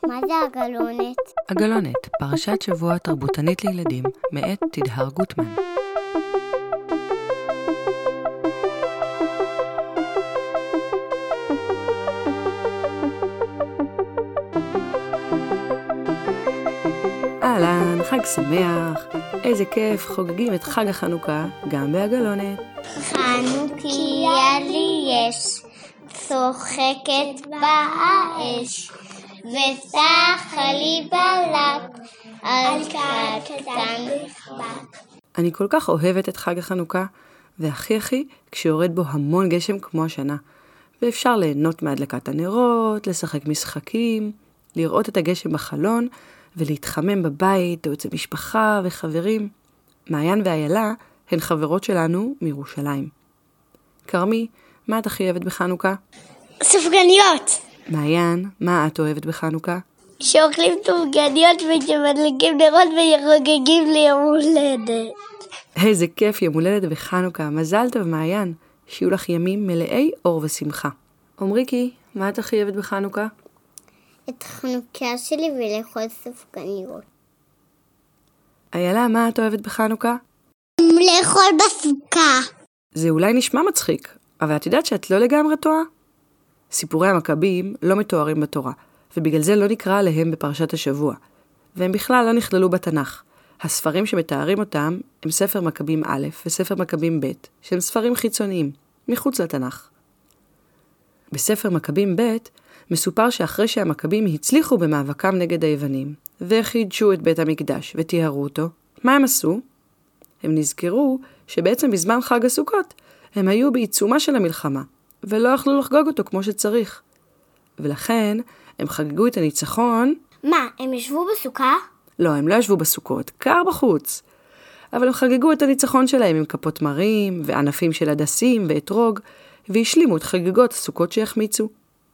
מה זה הגלונת? הגלונת, פרשת שבוע תרבותנית לילדים, מאת תדהר גוטמן. אהלן, חג שמח. איזה כיף, חוגגים את חג החנוכה גם בהגלונת. חנוכיה לי יש, צוחקת באש, וצח לי בלט, על קטן נכבד. אני כל כך אוהבת את חג החנוכה, והכי כשיורד בו המון גשם כמו השנה. ואפשר ליהנות מהדלקת הנרות, לשחק משחקים, לראות את הגשם בחלון, ולהתחמם בבית או אצל משפחה וחברים. מעיין ואיילה הן חברות שלנו מירושלים. קרמי, מה את הכי אוהבת בחנוכה? סופגניות! מעיין, מה את אוהבת בחנוכה? שאוכלים סופגניות ומדליקים נרות וחוגגים ליום הולדת. איזה כיף, יום הולדת בחנוכה. מזל טוב מעיין, שיהיו לך ימים מלאי אור ושמחה. עומריקי, מה את הכי אוהבת בחנוכה? את חנוכיה שלי ולאכול סופגניות. איילה, מה את אוהבת בחנוכה? לאכול בסוכה. זה אולי נשמע מצחיק, אבל את יודעת שאת לא לגמרי טועה? סיפורי המכבים לא מתוארים בתורה, ובגלל זה לא נקרא עליהם בפרשת השבוע, והם בכלל לא נכללו בתנ"ך. הספרים שמתארים אותם הם ספר מכבים א' וספר מכבים ב', שהם ספרים חיצוניים, מחוץ לתנ"ך. בספר מכבים ב' מסופר שאחרי שהמכבים הצליחו במאבקם נגד היוונים, וחידשו את בית המקדש וטיהרו אותו, מה הם עשו? הם נזכרו שבעצם בזמן חג הסוכות הם היו בעיצומה של המלחמה, ולא יכלו לחגוג אותו כמו שצריך. ולכן הם חגגו את הניצחון. מה, הם ישבו בסוכה? לא, הם לא ישבו בסוכות, קר בחוץ. אבל הם חגגו את הניצחון שלהם עם כפות מרים וענפים של הדסים ואתרוג, והשלימו את חגיגות הסוכות שהחמיצו.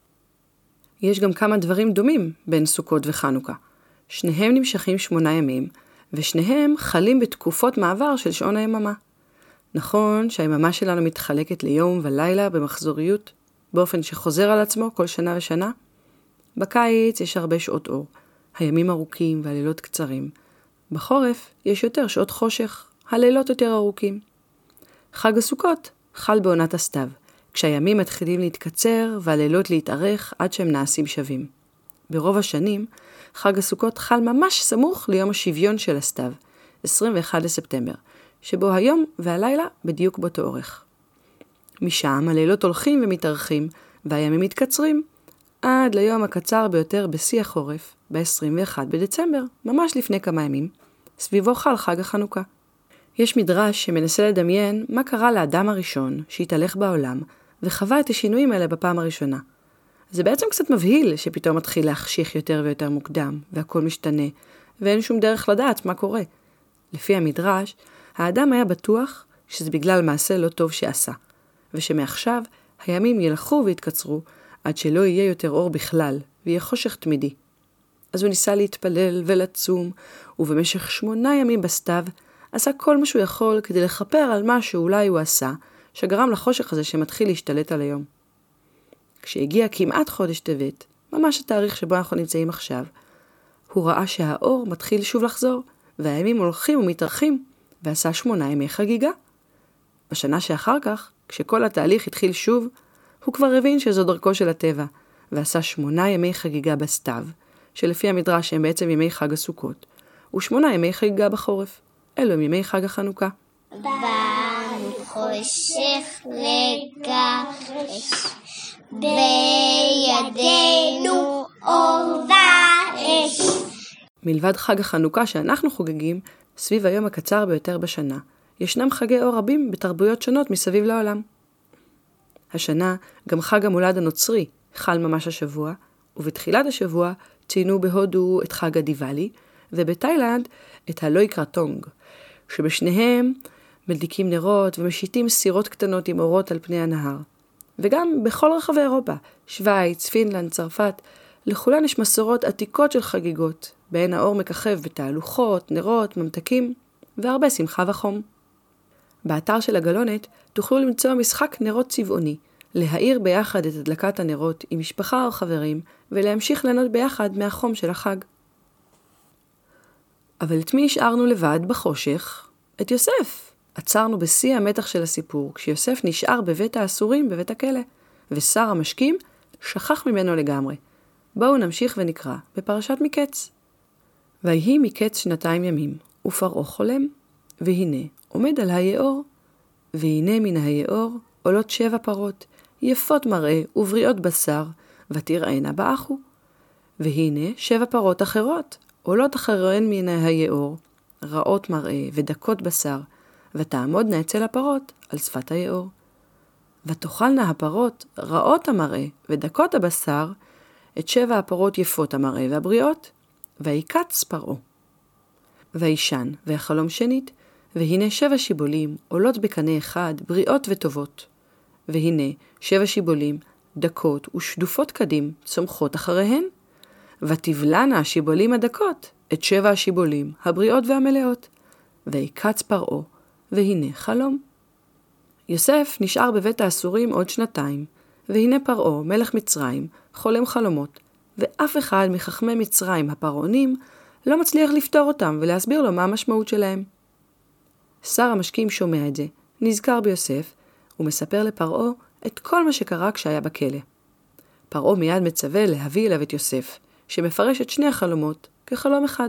יש גם כמה דברים דומים בין סוכות וחנוכה. שניהם נמשכים 8 ימים, ושניהם חלים בתקופות מעבר של שעון היממה. נכון שהיממה שלנו מתחלקת ליום ולילה במחזוריות, באופן שחוזר על עצמו כל שנה ושנה. בקיץ יש הרבה שעות אור, הימים ארוכים והלילות קצרים. בחורף יש יותר שעות חושך, הלילות יותר ארוכים. חג הסוכות חל בעונת הסתיו, כשהימים מתחילים להתקצר והלילות להתארך עד שהם נעשים שווים. ברוב השנים, חג הסוכות חל ממש סמוך ליום השוויון של הסתיו, 21 לספטמבר, שבו היום והלילה בדיוק באותו אורך. משם הלילות הולכים ומתארכים, והימים מתקצרים, עד ליום הקצר ביותר בשיא החורף, ב-21 בדצמבר, ממש לפני כמה ימים, סביבו חל חג החנוכה. יש מדרש שמנסה לדמיין מה קרה לאדם הראשון שהתהלך בעולם, וחווה את השינויים האלה בפעם הראשונה. זה בעצם קצת מבהיל שפתאום מתחיל להחשיך יותר ויותר מוקדם, והכל משתנה, ואין שום דרך לדעת מה קורה. לפי המדרש, האדם היה בטוח שזה בגלל מעשה לא טוב שעשה, ושמעכשיו הימים ילכו ויתקצרו עד שלא יהיה יותר אור בכלל, ויהיה חושך תמידי. אז הוא ניסה להתפלל ולצום, ובמשך 8 ימים בסתיו עשה כל מה שהוא יכול כדי לכפר על מה שאולי הוא עשה, שגרם לחושך הזה שמתחיל להשתלט על היום. כשהגיע כמעט חודש טבת, ממש התאריך שבו אנחנו נמצאים עכשיו, הוא ראה שהאור מתחיל שוב לחזור, והימים הולכים ומתארכים, ועשה 8 ימי חגיגה. בשנה שאחר כך, כשכל התהליך התחיל שוב, הוא כבר הבין שזו דרכו של הטבע, ועשה 8 ימי חגיגה בסתיו, שלפי המדרש הם בעצם ימי חג הסוכות, ו8 ימי חגיגה בחורף. אלו הם ימי חג החנוכה. באנו חושך לגרש, בידינו אור ואש. מלבד חג החנוכה שאנחנו חוגגים, סביב היום הקצר ביותר בשנה, ישנם חגי אור רבים בתרבויות שונות מסביב לעולם. השנה גם חג המולד הנוצרי חל ממש השבוע, ובתחילת השבוע ציינו בהודו את חג הדיוואלי, ובתאילנד את הלוי קרטונג, שבשניהם מדליקים נרות ומשיתים סירות קטנות עם אורות על פני הנהר. וגם בכל רחבי אירופה, שוויץ, פינלנד, צרפת, לכולן יש מסורות עתיקות של חגיגות, בהן האור מככב בתהלוכות, נרות, ממתקים, והרבה שמחה וחום. באתר של הגלונת תוכלו למצוא משחק נרות צבעוני, להאיר ביחד את הדלקת הנרות עם משפחה או חברים, ולהמשיך ליהנות ביחד מהחום של החג. אבל את מי השארנו לבד בחושך? את יוסף. עצרנו בשיא המתח של הסיפור, כשיוסף נשאר בבית האסורים בבית הכלא, ושר המשקים שכח ממנו לגמרי. בואו נמשיך ונקרא בפרשת מקץ. ויהי מקץ 2 ימים, ופרעה חולם, והנה עומד על היאור, והנה מן היאור עולות 7 פרות, יפות מראה ובריאות בשר, ותראינה באחו. והנה 7 פרות אחרות, עולות אחריהן מן היאור, רעות מראה ודקות בשר, ותעמודנה אצל הפרות על שפת היאור. ותאכלנה הפרות רעות המראה ודקות הבשר, את 7 הפרות יפות המראה והבריאות, ויקץ פרעה. וישן והחלום שנית, והנה 7 שיבולים עולות בקנה אחד, בריאות וטובות. והנה 7 שיבולים, דקות ושדופות קדים, צומחות אחריהן. ותבלענה השיבולים הדקות, את 7 השיבולים, הבריאות והמלאות. ויקץ פרעה, והנה חלום. יוסף נשאר בבית האסורים עוד 2, והנה פרעה, מלך מצרים, חולם חלומות, ואף אחד מחכמי מצרים הפרעונים לא מצליח לפתור אותם ולהסביר לו מה המשמעות שלהם. שר המשקים שומע את זה, נזכר ביוסף, ומספר לפרעה את כל מה שקרה כשהיה בכלא. פרעה מיד מצווה להביא אליו את יוסף, שמפרש את 2 החלומות כחלום אחד.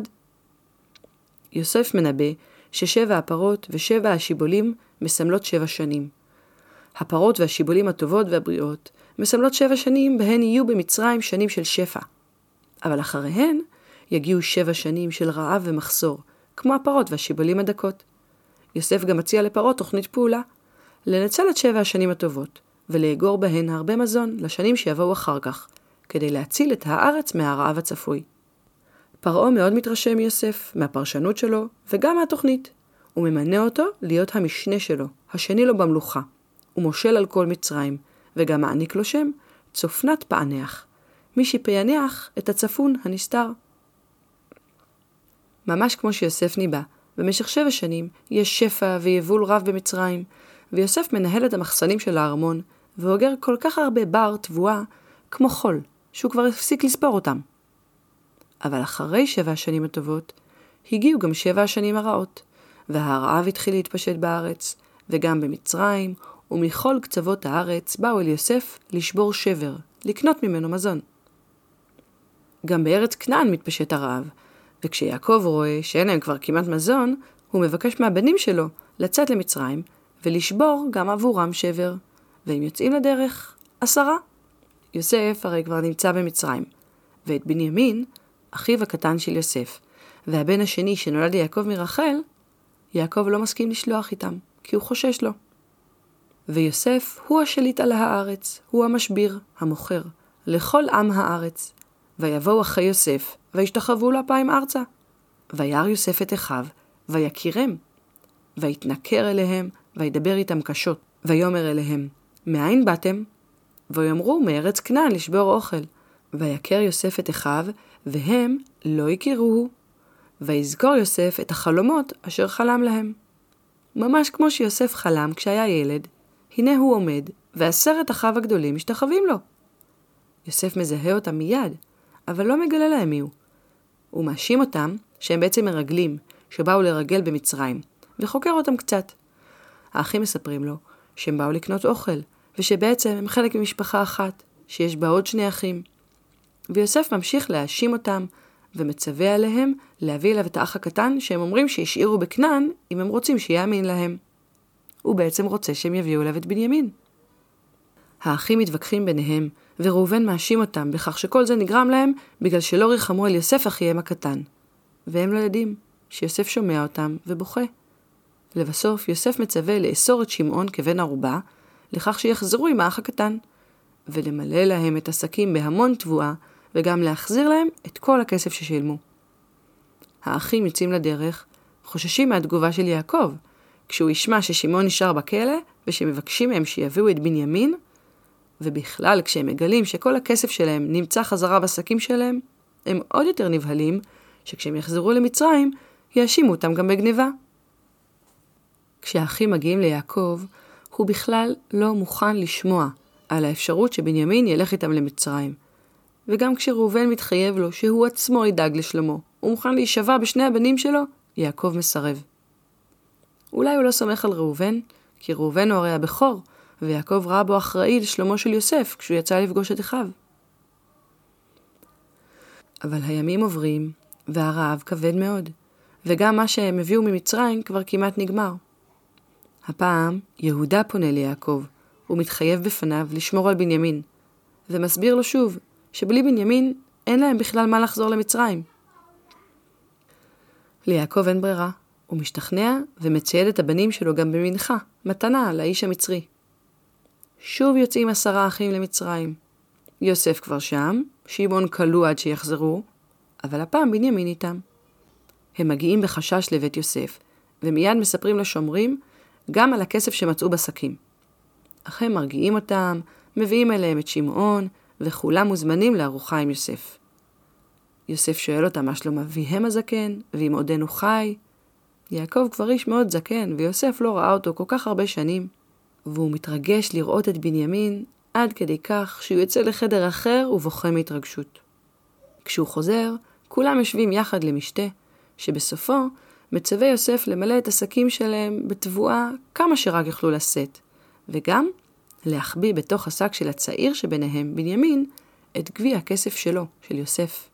יוסף מנבא ש7 הפרות ו7 השיבולים מסמלות 7 שנים. הפרות והשיבולים הטובות והבריאות מסמלות 7 שנים בהן יהיו במצרים שנים של שפע. אבל אחריהן יגיעו 7 שנים של רעב ומחסור, כמו הפרות והשיבולים הדקות. יוסף גם מציע לפרעה תוכנית פעולה, לנצל את 7 השנים הטובות, ולאגור בהן הרבה מזון לשנים שיבואו אחר כך, כדי להציל את הארץ מהרעב הצפוי. פרעה מאוד מתרשם מיוסף, מהפרשנות שלו, וגם מהתוכנית. הוא ממנה אותו להיות המשנה שלו, השני לו במלוכה. הוא מושל על כל מצרים, וגם מעניק לו שם, צופנת פענח. מי שפענח את הצפון הנסתר. ממש כמו שיוסף ניבא, במשך 7 שנים יש שפע ויבול רב במצרים, ויוסף מנהל את המחסנים של הארמון, ואוגר כל כך הרבה בר תבואה, כמו חול, שהוא כבר הפסיק לספור אותם. אבל אחרי 7 השנים הטובות, הגיעו גם 7 השנים הרעות, והרעב התחיל להתפשט בארץ, וגם במצרים, ומכל קצוות הארץ באו אל יוסף לשבור שבר, לקנות ממנו מזון. גם בארץ כנען מתפשט הרעב, וכשיעקב רואה שאין להם כבר כמעט מזון, הוא מבקש מהבנים שלו לצאת למצרים, ולשבור גם עבורם שבר, והם יוצאים לדרך 10. יוסף הרי כבר נמצא במצרים, ואת בנימין, אחיו הקטן של יוסף, והבן השני שנולד ליעקב מרחל, יעקב לא מסכים לשלוח איתם, כי הוא חושש לו. ויוסף הוא השליט על הארץ, הוא המשביר, המוכר, לכל עם הארץ. ויבואו אחרי יוסף, וישתחוו לו 2 ארצה. וירא יוסף את אחיו, ויקירם. ויתנכר אליהם, וידבר איתם קשות. ויאמר אליהם, מאין באתם? ויאמרו, מארץ כנען לשבור אוכל. ויקר יוסף את אחיו, והם לא הכירוהו. ויזכור יוסף את החלומות אשר חלם להם. ממש כמו שיוסף חלם כשהיה ילד, הנה הוא עומד, ו10 אחיו הגדולים משתחווים לו. יוסף מזהה אותם מיד, אבל לא מגלה להם מיהו. הוא מאשים אותם שהם בעצם מרגלים, שבאו לרגל במצרים, וחוקר אותם קצת. האחים מספרים לו שהם באו לקנות אוכל, ושבעצם הם חלק ממשפחה אחת, שיש בה עוד 2 אחים. ויוסף ממשיך להאשים אותם, ומצווה עליהם להביא אליו את האח הקטן שהם אומרים שישאירו בכנען אם הם רוצים שיאמין להם. הוא בעצם רוצה שהם יביאו אליו את בנימין. האחים מתווכחים ביניהם, וראובן מאשים אותם בכך שכל זה נגרם להם בגלל שלא ריחמו על יוסף אחיהם הקטן. והם לא יודעים שיוסף שומע אותם ובוכה. לבסוף יוסף מצווה לאסור את שמעון כבן ערובה, לכך שיחזרו עם האח הקטן, ולמלא להם את השקים בהמון תבואה, וגם להחזיר להם את כל הכסף ששילמו. האחים יוצאים לדרך, חוששים מהתגובה של יעקב, כשהוא ישמע ששמעון נשאר בכלא, ושמבקשים מהם שיביאו את בנימין, ובכלל כשהם מגלים שכל הכסף שלהם נמצא חזרה בשקים שלהם, הם עוד יותר נבהלים, שכשהם יחזרו למצרים, יאשימו אותם גם בגניבה. כשהאחים מגיעים ליעקב, הוא בכלל לא מוכן לשמוע על האפשרות שבנימין ילך איתם למצרים. וגם כשראובן מתחייב לו שהוא עצמו ידאג לשלומו, הוא מוכן להישבע בשני הבנים שלו, יעקב מסרב. אולי הוא לא סומך על ראובן, כי ראובן הוא הרי הבכור, ויעקב ראה בו אחראי לשלומו של יוסף כשהוא יצא לפגוש את אחיו. אבל הימים עוברים, והרעב כבד מאוד, וגם מה שהם הביאו ממצרים כבר כמעט נגמר. הפעם יהודה פונה ליעקב, הוא מתחייב בפניו לשמור על בנימין, ומסביר לו שוב שבלי בנימין אין להם בכלל מה לחזור למצרים. ליעקב אין ברירה, הוא משתכנע ומצייד את הבנים שלו גם במנחה, מתנה לאיש המצרי. שוב יוצאים 10 אחים למצרים. יוסף כבר שם, שמעון כלוא עד שיחזרו, אבל הפעם בנימין איתם. הם מגיעים בחשש לבית יוסף, ומיד מספרים לשומרים גם על הכסף שמצאו בשקים. אך הם מרגיעים אותם, מביאים אליהם את שמעון, וכולם מוזמנים לארוחה עם יוסף. יוסף שואל אותם מה שלום אביהם הזקן, ואם עודנו חי. יעקב כבר איש מאוד זקן, ויוסף לא ראה אותו כל כך הרבה שנים, והוא מתרגש לראות את בנימין עד כדי כך שהוא יוצא לחדר אחר ובוכה מהתרגשות. כשהוא חוזר, כולם יושבים יחד למשתה, שבסופו מצווה יוסף למלא את השקים שלהם בתבואה כמה שרק יוכלו לשאת, וגם להחביא בתוך השק של הצעיר שביניהם, בנימין, את גביע הכסף שלו, של יוסף.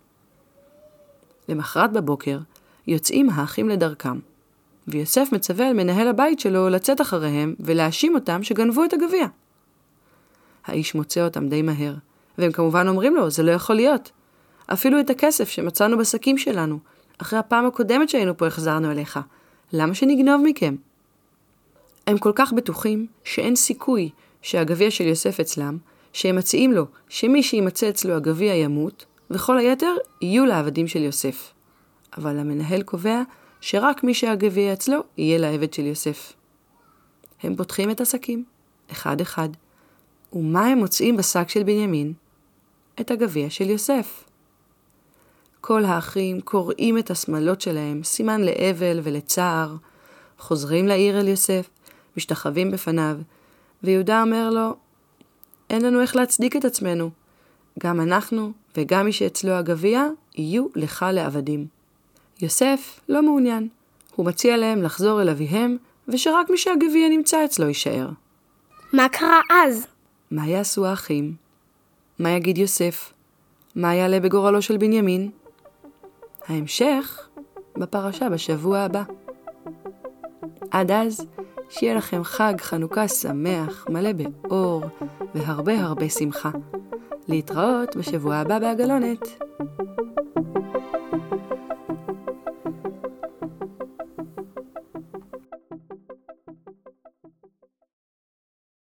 למחרת בבוקר יוצאים האחים לדרכם, ויוסף מצווה על מנהל הבית שלו לצאת אחריהם ולהאשים אותם שגנבו את הגביע. האיש מוצא אותם די מהר, והם כמובן אומרים לו, זה לא יכול להיות. אפילו את הכסף שמצאנו בשקים שלנו, אחרי הפעם הקודמת שהיינו פה החזרנו אליך. למה שנגנוב מכם? הם כל כך בטוחים שאין סיכוי שהגביע של יוסף אצלם, שהם מציעים לו שמי שימצא אצלו הגביע ימות, וכל היתר יהיו לעבדים של יוסף. אבל המנהל קובע שרק מי שהגביע אצלו יהיה לעבד של יוסף. הם פותחים את השקים, אחד אחד, ומה הם מוצאים בשק של בנימין? את הגביע של יוסף. כל האחים קוראים את השמלות שלהם, סימן לאבל ולצער, חוזרים לעיר אל יוסף, משתחווים בפניו, ויהודה אומר לו, אין לנו איך להצדיק את עצמנו. גם אנחנו וגם מי שאצלו הגביע יהיו לך לעבדים. יוסף לא מעוניין. הוא מציע להם לחזור אל אביהם, ושרק מי שהגביע נמצא אצלו יישאר. מה קרה אז? מה יעשו האחים? מה יגיד יוסף? מה יעלה בגורלו של בנימין? ההמשך בפרשה בשבוע הבא. עד אז, שיהיה לכם חג חנוכה שמח, מלא באור והרבה הרבה שמחה. להתראות בשבוע הבא בעגלונת.